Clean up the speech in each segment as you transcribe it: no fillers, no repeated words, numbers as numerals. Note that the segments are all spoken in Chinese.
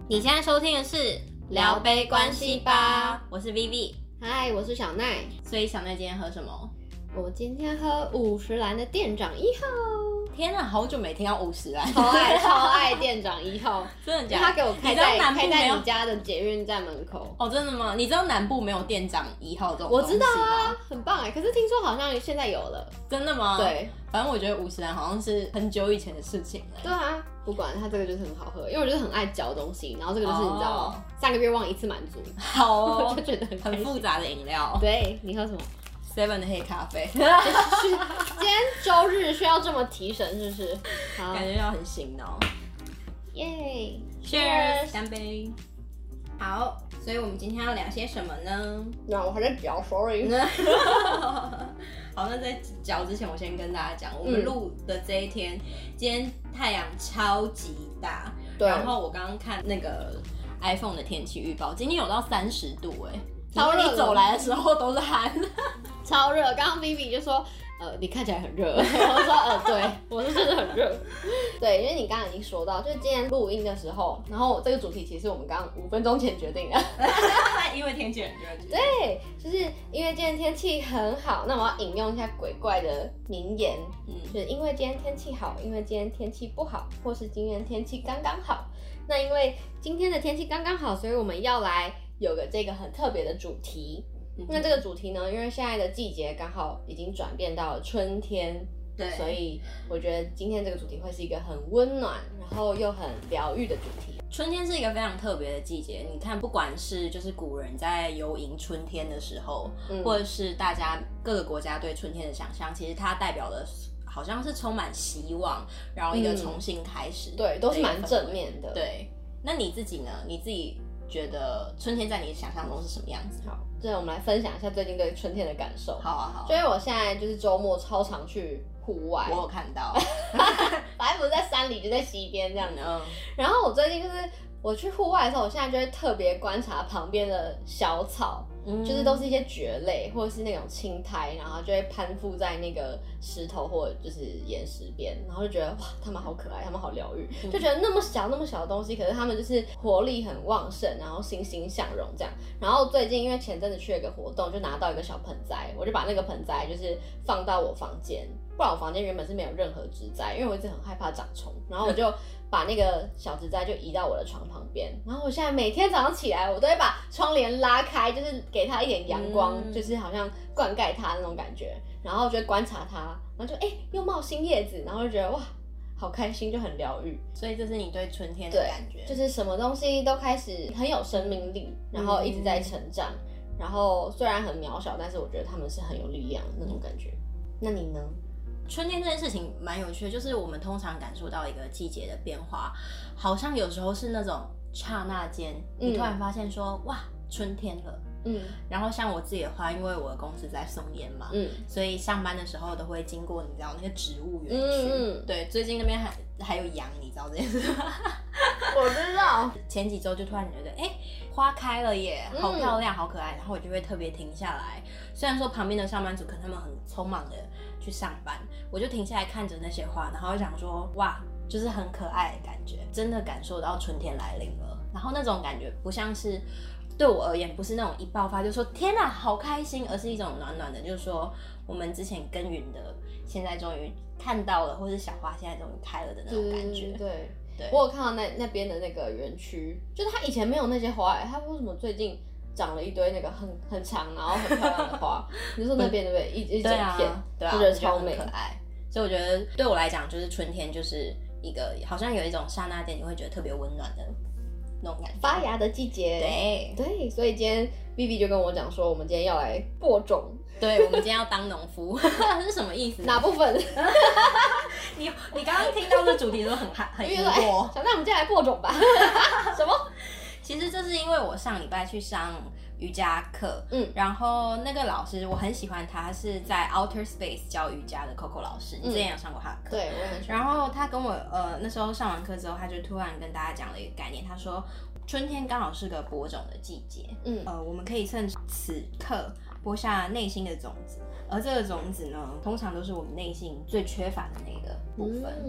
你现在收听的是聊杯关系吧，我是 Vivi， 嗨，我是小奈。 所以小奈今天喝什么？ 我今天喝50兰的店长1号。 天啊，好久没听到50兰， 超爱店长1号， 真的假的？ 他给我开在你家的捷运站门口。 哦，真的吗？你知道南部没有店长1号这种东西吗？ 我知道啊，很棒哎。可是听说好像现在有了。 真的吗？ 对， 反正我觉得50兰好像是很久以前的事情了。 对啊，不管它这个就是很好喝，因为我就是很爱嚼东西，然后这个就是你知道3个愿望一次满足。 好哦， 我就觉得很复杂的饮料。 对，你喝什么 ？7的黑咖啡。 今天周日需要这么提神是不是？ 感觉要很醒脑。 耶 ！Cheers， 干杯！好，所以我们今天要聊些什么呢？ 那我还在嚼 ，sorry。 好，那在嚼之前，我先跟大家讲，我们录的这一天，今天太阳超级大，然后我刚刚看那个 iPhone 的天气预报，今天有到30度哎，超热！你走来的时候都是汗， 超热。刚刚 Vivi 就说，你看起来很热。我说，对，我是真的很热。对，因为你刚刚已经说到，就是今天录音的时候，然后这个主题其实我们刚刚5分钟前决定的。 因为天气很热。 对，就是因为今天天气很好，那我要引用一下鬼怪的名言，就是因为今天天气好，因为今天天气不好，或是今天天气刚刚好。那因为今天的天气刚刚好，所以我们要来有个这个很特别的主题。那这个主题呢，因为现在的季节刚好已经转变到了春天，对，所以我觉得今天这个主题会是一个很温暖，然后又很疗愈的主题。 春天是一个非常特别的季节，你看，不管是就是古人在游吟春天的时候，或者是大家各个国家对春天的想象，其实它代表的好像是充满希望，然后一个重新开始， 对，都是蛮正面的。 对，那你自己呢？你自己觉得春天在你的想象中是什么样子？ 好，这我们来分享一下最近对春天的感受。 好啊，好啊。 就因为我现在就是周末超常去户外， 我有看到， 反正不是在山里，就在溪边这样的。然后我最近就是我去户外的时候，我现在就会特别观察旁边的小草。就是都是一些蕨类或者是那种青苔，然后就会攀附在那个石头或者就是岩石边，然后就觉得哇，它们好可爱，它们好疗愈，就觉得那么小的东西，可是它们就是活力很旺盛，然后欣欣向荣这样。然后最近因为前阵子去了一个活动，就拿到一个小盆栽，我就把那个盆栽就是放到我房间，不然我房间原本是没有任何植栽，因为我一直很害怕长虫，然后我就把那个小植栽就移到我的床旁边，然后我现在每天早上起来，我都会把窗帘拉开，就是给它一点阳光，就是好像灌溉它那种感觉，然后就会观察它，然后就又冒新叶子，然后就觉得哇，好开心，就很疗愈。 所以这是你对春天的感觉， 就是什么东西都开始很有生命力，然后一直在成长，然后虽然很渺小，但是我觉得他们是很有力量的那种感觉。那你呢？ 春天这件事情蛮有趣的，就是我们通常感受到一个季节的变化，好像有时候是那种刹那间，你突然发现说，哇，春天了。然后像我自己的话，因为我的公司在松烟嘛，所以上班的时候都会经过你知道那个植物园区，对，最近那边还有羊，你知道这件事吗？ 我知道。 前几周就突然觉得，花开了耶，好漂亮，好可爱，然后我就会特别停下来。虽然说旁边的上班族可能他们很匆忙的去上班，我就停下来看着那些花，然后就想说，哇，就是很可爱的感觉，真的感受到春天来临了。然后那种感觉不像是对我而言，不是那种一爆发就说天哪好开心，而是一种暖暖的，就是说我们之前耕耘的，现在终于看到了，或是小花现在终于开了的那种感觉。 对，我有看到那边的那个园区，就是它以前没有那些花，它为什么最近长了一堆那个很长然后很漂亮的花？你说那边对不对？一整片， 对啊， 我觉得超美， 可爱。所以我觉得对我来讲，就是春天就是一个好像有一种刹那间你会觉得特别温暖的那种感觉， 发芽的季节。对，所以今天 Vivi 就跟我讲说，我们今天要来播种。 对，我们今天要当农夫，是什么意思？ 哪部分？ 你刚刚听到这主题都很疑惑。 小奈，我们今天来播种吧。什么？ 其实这是因为我上礼拜去上瑜伽课，然后那个老师我很喜欢他，是在 Outer Space 教瑜伽的 Coco 老师，你之前有上过他的课？ 对，我也很喜欢。 然后他跟我那时候上完课之后，他就突然跟大家讲了一个概念，他说春天刚好是个播种的季节，我们可以趁此刻播下内心的种子，而这个种子呢，通常都是我们内心最缺乏的那个部分。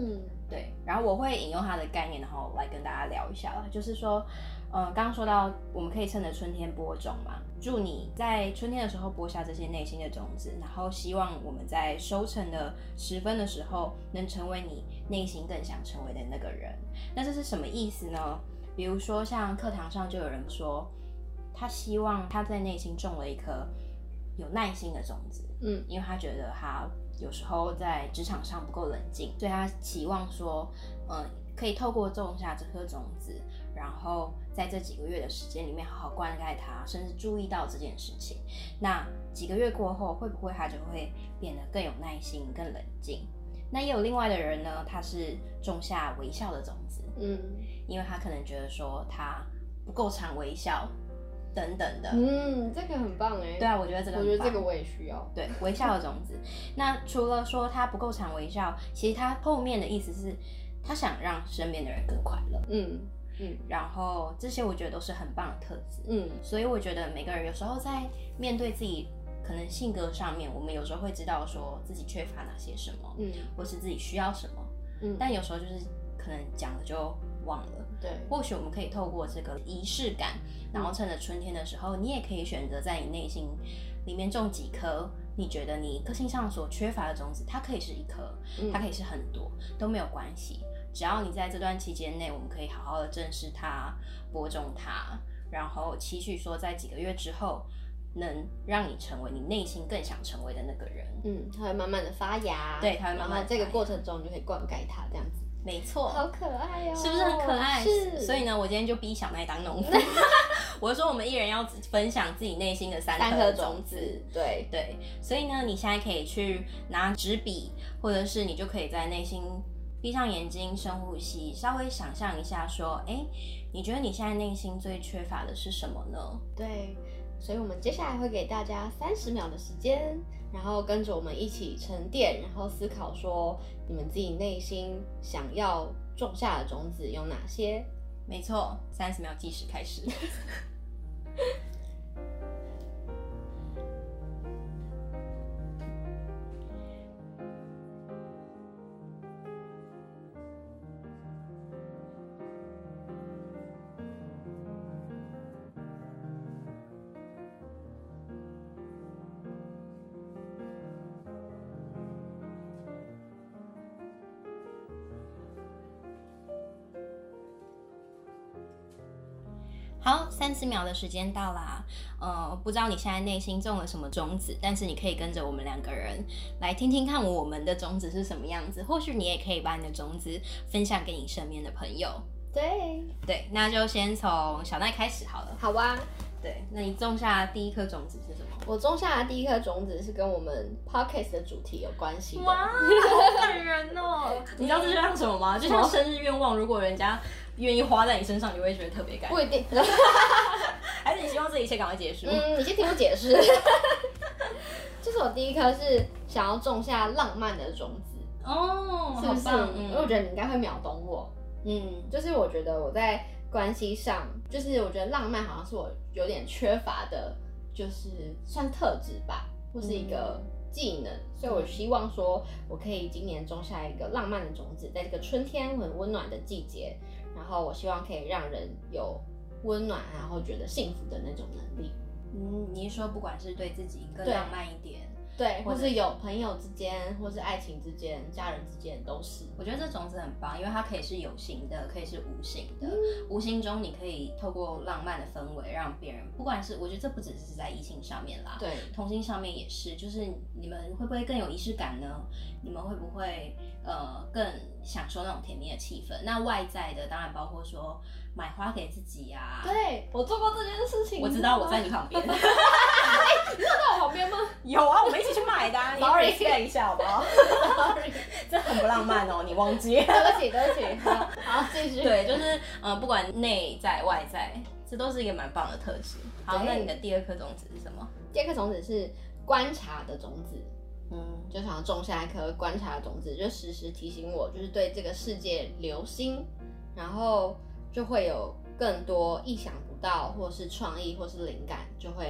对，然后我会引用它的概念，然后来跟大家聊一下啦，就是说，刚刚说到我们可以趁着春天播种嘛，祝你在春天的时候播下这些内心的种子，然后希望我们在收成的时分的时候，能成为你内心更想成为的那个人。那这是什么意思呢？比如说像课堂上就有人说，他希望他在内心种了一颗有耐心的种子，因为他觉得他有时候在职场上不够冷静，所以他期望说，可以透过种下这颗种子，然后在这几个月的时间里面好好灌溉它，甚至注意到这件事情。那几个月过后，会不会他就会变得更有耐心、更冷静？那也有另外的人呢，他是种下微笑的种子，因为他可能觉得说他不够常微笑。等等的， 这个很棒哎。 对啊，我觉得这个很棒， 我觉得这个我也需要。 对，微笑的种子。那除了说他不够常微笑，其实他后面的意思是，他想让身边的人更快乐。然后这些我觉得都是很棒的特质。所以我觉得每个人有时候在面对自己可能性格上面，我们有时候会知道说自己缺乏哪些什么，或是自己需要什么，但有时候就是可能讲了就忘了。 对， 或许我们可以透过这个仪式感，然后趁着春天的时候，你也可以选择在你内心里面种几颗你觉得你个性上所缺乏的种子，它可以是一颗，它可以是很多，都没有关系。只要你在这段期间内，我们可以好好的正视它，播种它，然后期许说在几个月之后，能让你成为你内心更想成为的那个人。 它会慢慢的发芽， 对，它会慢慢的发芽， 然后这个过程中你就可以灌溉它，这样子。 没错， 好可爱哦， 是不是很可爱？ 是。 所以呢，我今天就逼小奈当农夫，我说我们一人要分享自己内心的三颗种子。 对对，所以呢，你现在可以去拿纸笔，或者是你就可以在内心闭上眼睛，深呼吸，稍微想象一下，说，你觉得你现在内心最缺乏的是什么呢？ 对，所以我们接下来会给大家30秒的时间。然后跟着我们一起沉淀，然后思考说你们自己内心想要种下的种子有哪些？ 没错，30秒计时开始。好，30秒的时间到啦。不知道你现在内心种了什么种子，但是你可以跟着我们2个人来听听看我们的种子是什么样子。或许你也可以把你的种子分享给你身边的朋友。对，那就先从小奈开始好了。 好啊。 对，那你种下的第一颗种子是什么？ 我种下的第一颗种子是跟我们 podcast 的主题有关系的。 哇，好感人哦！你知道这就像什么吗？就像生日愿望，如果人家愿意花在你身上，你会觉得特别感人。 不一定。 还是你希望这一切赶快结束？ 你先听我解释。就是我第一颗是想要种下浪漫的种子。 哦， 是不是？ 好棒。 因为我觉得你应该会秒懂我。就是我觉得我在关系上，就是我觉得浪漫好像是我有点缺乏的，就是算特质吧，或是一个技能，所以我希望说我可以今年种下一个浪漫的种子，在这个春天很温暖的季节，然后我希望可以让人有温暖，然后觉得幸福的那种能力。 你是说不管是对自己更浪漫一点， 对，或是有朋友之间，或是爱情之间、家人之间都是。 我觉得这种子很棒，因为它可以是有形的，可以是无形的。无形中你可以透过浪漫的氛围，让别人，不管是我觉得这不只是在异性上面啦， 对， 同性上面也是，就是你们会不会更有仪式感呢？你们会不会更享受那种甜蜜的气氛？那外在的当然包括说买花给自己啊。 对，我做过这件事情。 我知道我在你旁边。 你有在我旁边吗？ 有啊，我们一起去买的。 Sorry， 一下好不好？ Sorry， 这很不浪漫哦，你忘记。 对不起。好，继续。 对，就是不管内在外在，这都是一个蛮棒的特质。好，那你的第二颗种子是什么？ 第二颗种子是观察的种子。就想要种下一颗观察的种子，就时时提醒我，就是对这个世界留心，然后就会有更多意想不到，或是创意，或是灵感，就会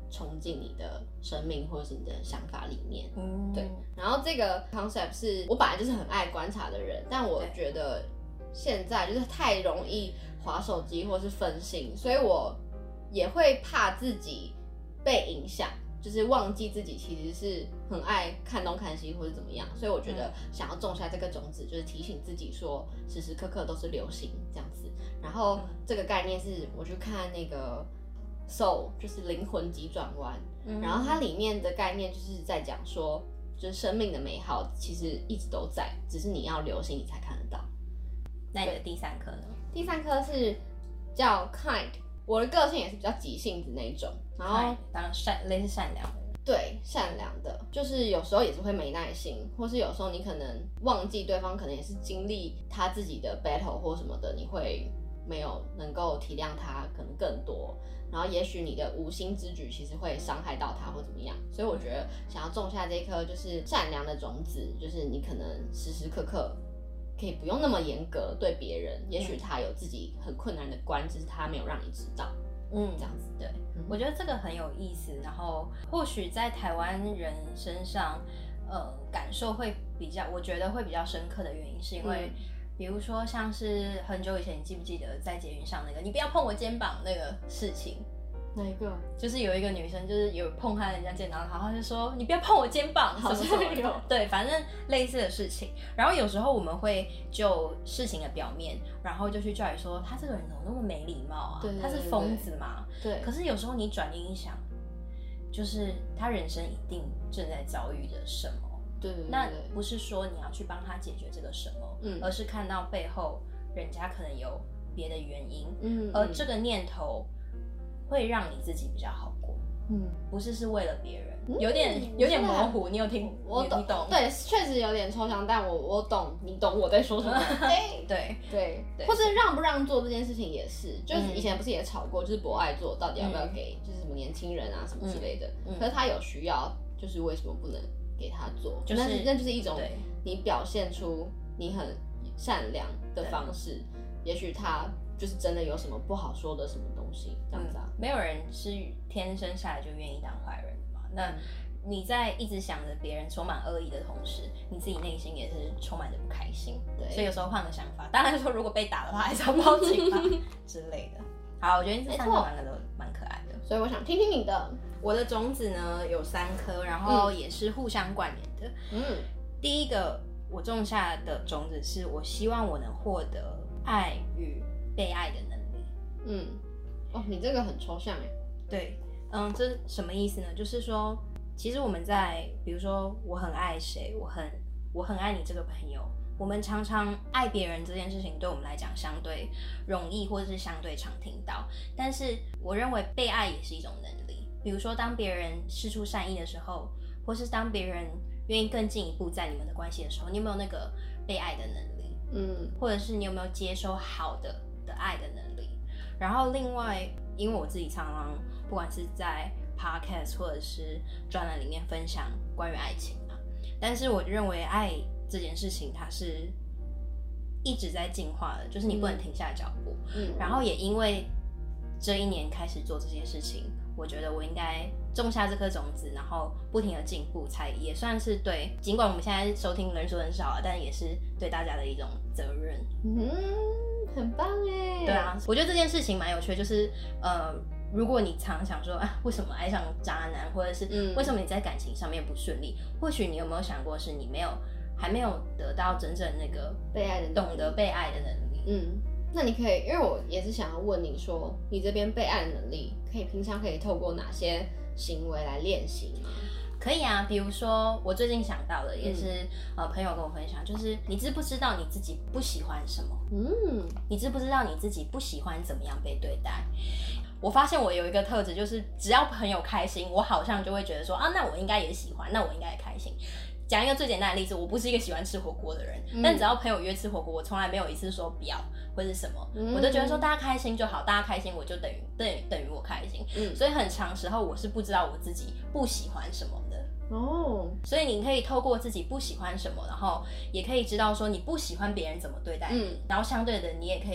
冲进你的生命或者是你的想法里面。对。然后这个 concept 是我本来就是很爱观察的人，但我觉得现在就是太容易滑手机或是分心，所以我也会怕自己被影响，就是忘记自己其实是很爱看东看西或者怎么样，所以我觉得想要种下这个种子，就是提醒自己说时时刻刻都是流行这样子。然后这个概念是我去看那个 Soul， 就是灵魂急转弯，然后它里面的概念就是在讲说，就是生命的美好其实一直都在，只是你要留心你才看得到。 那你的第3颗呢？ 第3颗是叫 Kind， 我的个性也是比较急性子那一种，然后当然类似善良的。 对，善良的，就是有时候也是会没耐心，或是有时候你可能忘记对方可能也是经历他自己的 battle 或什么的，你会没有能够体谅他可能更多，然后也许你的无心之举其实会伤害到他或怎么样，所以我觉得想要种下这颗就是善良的种子，就是你可能时时刻刻可以不用那么严格对别人，也许他有自己很困难的关，只是他没有让你知道。这样子。 对，我觉得这个很有意思，然后或许在台湾人身上，感受会比较，我觉得会比较深刻的原因是因为，比如说像是很久以前，你记不记得在捷运上那个你不要碰我肩膀那个事情？ 哪一个？ 就是有一个女生，就是有碰她人家肩膀，然后她就说你不要碰我肩膀， 好像有。 对，反正类似的事情。然后有时候我们会就事情的表面，然后就去judge说他这个人怎么那么没礼貌啊？ 对， 他是疯子嘛？ 对。 可是有时候你转念一想，就是他人生一定正在遭遇着什么。 对。 那不是说你要去帮他解决这个什么，而是看到背后人家可能有别的原因，而这个念头会让你自己比较好过，不是为了别人，有点模糊，你有听？ 我懂，你懂？对，确实有点抽象，但我懂，你懂我在说什么？对，或是让不让做这件事情也是，就是以前不是也吵过，就是博爱做到底要不要给，就是什么年轻人啊什么之类的，可是他有需要，就是为什么不能给他做？就是那就是一种你表现出你很善良的方式，也许他就是真的有什么不好说的什么东西，这样子啊。 没有人是天生下来就愿意当坏人的嘛。那你在一直想着别人充满恶意的同时，你自己内心也是充满着不开心。对，所以有时候换个想法，当然说如果被打的话，还是要报警啊之类的。好，我觉得这3颗蛮都蛮可爱的， 所以我想听听你的。 我的种子呢有3颗，然后也是互相关联的。第一个我种下的种子是我希望我能获得爱与被爱的能力。 你这个很抽象耶。 对，这什么意思呢？就是说，其实我们在，比如说我很爱谁，我很爱你这个朋友，我们常常爱别人这件事情对我们来讲相对容易，或者是相对常听到。但是我认为被爱也是一种能力。比如说，当别人释出善意的时候，或是当别人愿意更进一步在你们的关系的时候，你有没有那个被爱的能力？或者是你有没有接收好的爱的能力？然后另外，因为我自己常常不管是在 podcast 或者是专栏里面分享关于爱情嘛，但是我认为爱这件事情它是一直在进化的，就是你不能停下脚步。然后也因为这1年开始做这些事情，我觉得我应该种下这颗种子，然后不停的进步，才也算是对，尽管我们现在收听人数很少啊，但也是对大家的一种责任。 很棒耶。 对啊，我觉得这件事情蛮有趣的，就是如果你常想说为什么爱上渣男，或者是为什么你在感情上面不顺利，或许你有没有想过是你还没有得到真正那个被爱的能力， 懂得被爱的能力。 那你可以，因为我也是想要问你说，你这边被爱的能力平常可以透过哪些行为来练习吗？ 可以啊，比如说我最近想到的也是朋友跟我分享，就是你知不知道你自己不喜欢什么？你知不知道你自己不喜欢怎么样被对待？我发现我有一个特质，就是只要朋友开心，我好像就会觉得说那我应该也喜欢，那我应该也开心。讲一个最简单的例子，我不是一个喜欢吃火锅的人，但只要朋友约吃火锅，我从来没有一次说不要或是什么，我就觉得说大家开心就好，大家开心我就等于我开心。所以很长时候我是不知道我自己不喜欢什么的。所以你可以透过自己不喜欢什么，然后也可以知道说你不喜欢别人怎么对待你，然后相对的你也可以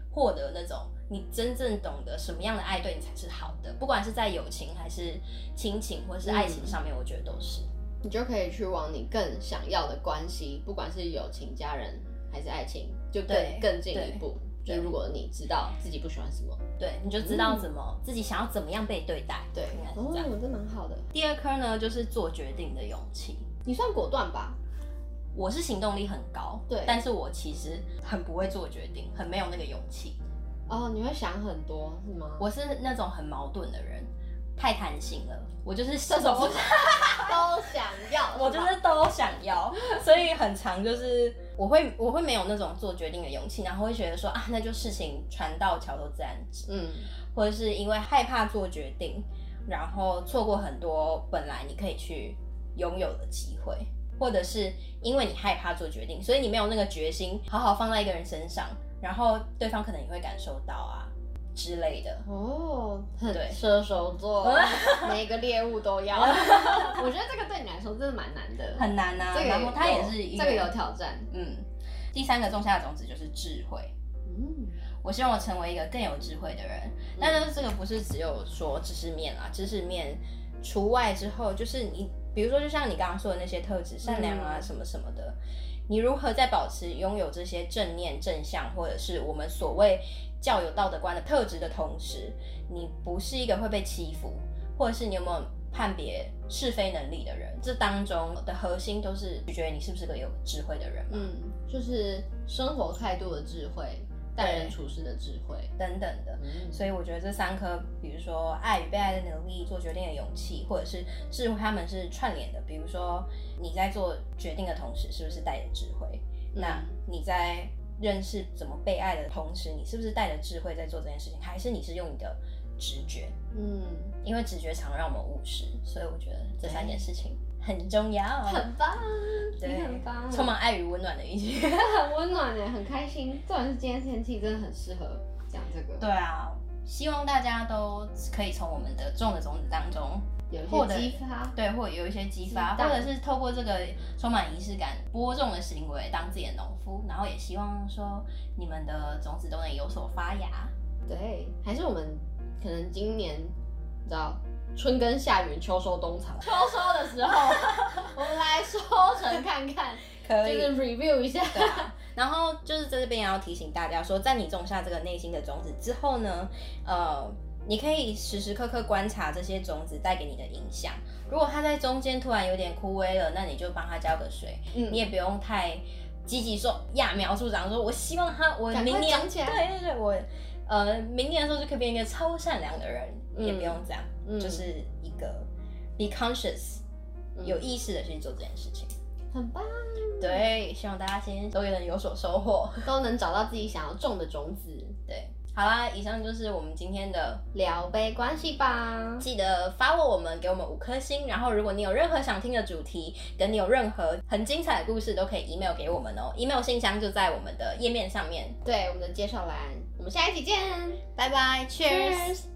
获得那种你真正懂得什么样的爱对你才是好的，不管是在友情还是亲情或是爱情上面，我觉得都是。 你就可以去往你更想要的关系，不管是友情、家人还是爱情，就更进一步。就如果你知道自己不喜欢什么， 对，你就知道自己想要怎么样被对待。 对， 应该是这样。 这蛮好的。 第二颗呢，就是做决定的勇气。 你算果断吧？ 我是行动力很高， 对， 但是我其实很不会做决定，很没有那个勇气。 哦，你会想很多是吗？ 我是那种很矛盾的人，太贪心了。我就是射手座都想要， 我就是都想要，所以很常就是我会没有那种做决定的勇气，然后会觉得说啊，那就事情船到桥头自然直，或者是因为害怕做决定，然后错过很多本来你可以去拥有的机会，或者是因为你害怕做决定，所以你没有那个决心好好放在一个人身上，然后对方可能也会感受到啊。之类的哦，对，射手座每个猎物都要。我觉得这个对你来说真的蛮难的， 很难啊。 这个然后它也是一个这个有挑战。 第三个种下的种子就是智慧。我希望我成为一个更有智慧的人，但是这个不是只有说知识面啦，知识面除外之后，就是你比如说就像你刚刚说的那些特质，善良啊什么什么的，你如何在保持拥有这些正念正向或者是我们所谓较有道德观的特质的同时，你不是一个会被欺负，或者是你有没有判别是非能力的人，这当中的核心都是取决于你是不是个有智慧的人嘛。 就是生活态度的智慧，待人处事的智慧等等的。所以我觉得这三颗，比如说爱与被爱的能力、做决定的勇气，或者是智慧，他们是串联的。比如说你在做决定的同时，是不是带着智慧？那你在认识怎么被爱的同时，你是不是带着智慧在做这件事情，还是你是用你的直觉？因为直觉常让我们误事，所以我觉得这三件事情很重要。 很棒， 对， 你很棒， 充满爱与温暖的一集。 很温暖耶，很开心。重点是今天天气真的很适合讲这个。 对啊，希望大家都可以从我们的种的种子当中有一些激发， 对，或有一些激发，或者是透过这个充满仪式感、播种的行为，当自己的农夫，然后也希望说你们的种子都能有所发芽。 对，还是我们可能今年你知道春耕夏耘秋收冬藏，秋收的时候我们来收成看看， 可以就是 review 一下。 对啊，然后就是在这边也要提醒大家说，在你种下这个内心的种子之后呢，你可以时时刻刻观察这些种子带给你的影响。如果它在中间突然有点枯萎了，那你就帮它浇个水，你也不用太积极说揠苗助长，说我希望我明年长起来， 对，我明年的时候就可以变一个超善良的人，也不用这样，就是一个 be conscious，有意识的去做这件事情， 很棒。 对，希望大家今天都能有所收获， 都能找到自己想要种的种子。 对，好啦，以上就是我们今天的聊杯关系吧。 记得follow我们，给我们5颗星。然后，如果你有任何想听的主题，跟你有任何很精彩的故事，都可以 email 给我们哦。email 信箱就在我们的页面上面， 对，我们的介绍栏。我们下一期见， 拜拜 ，Cheers。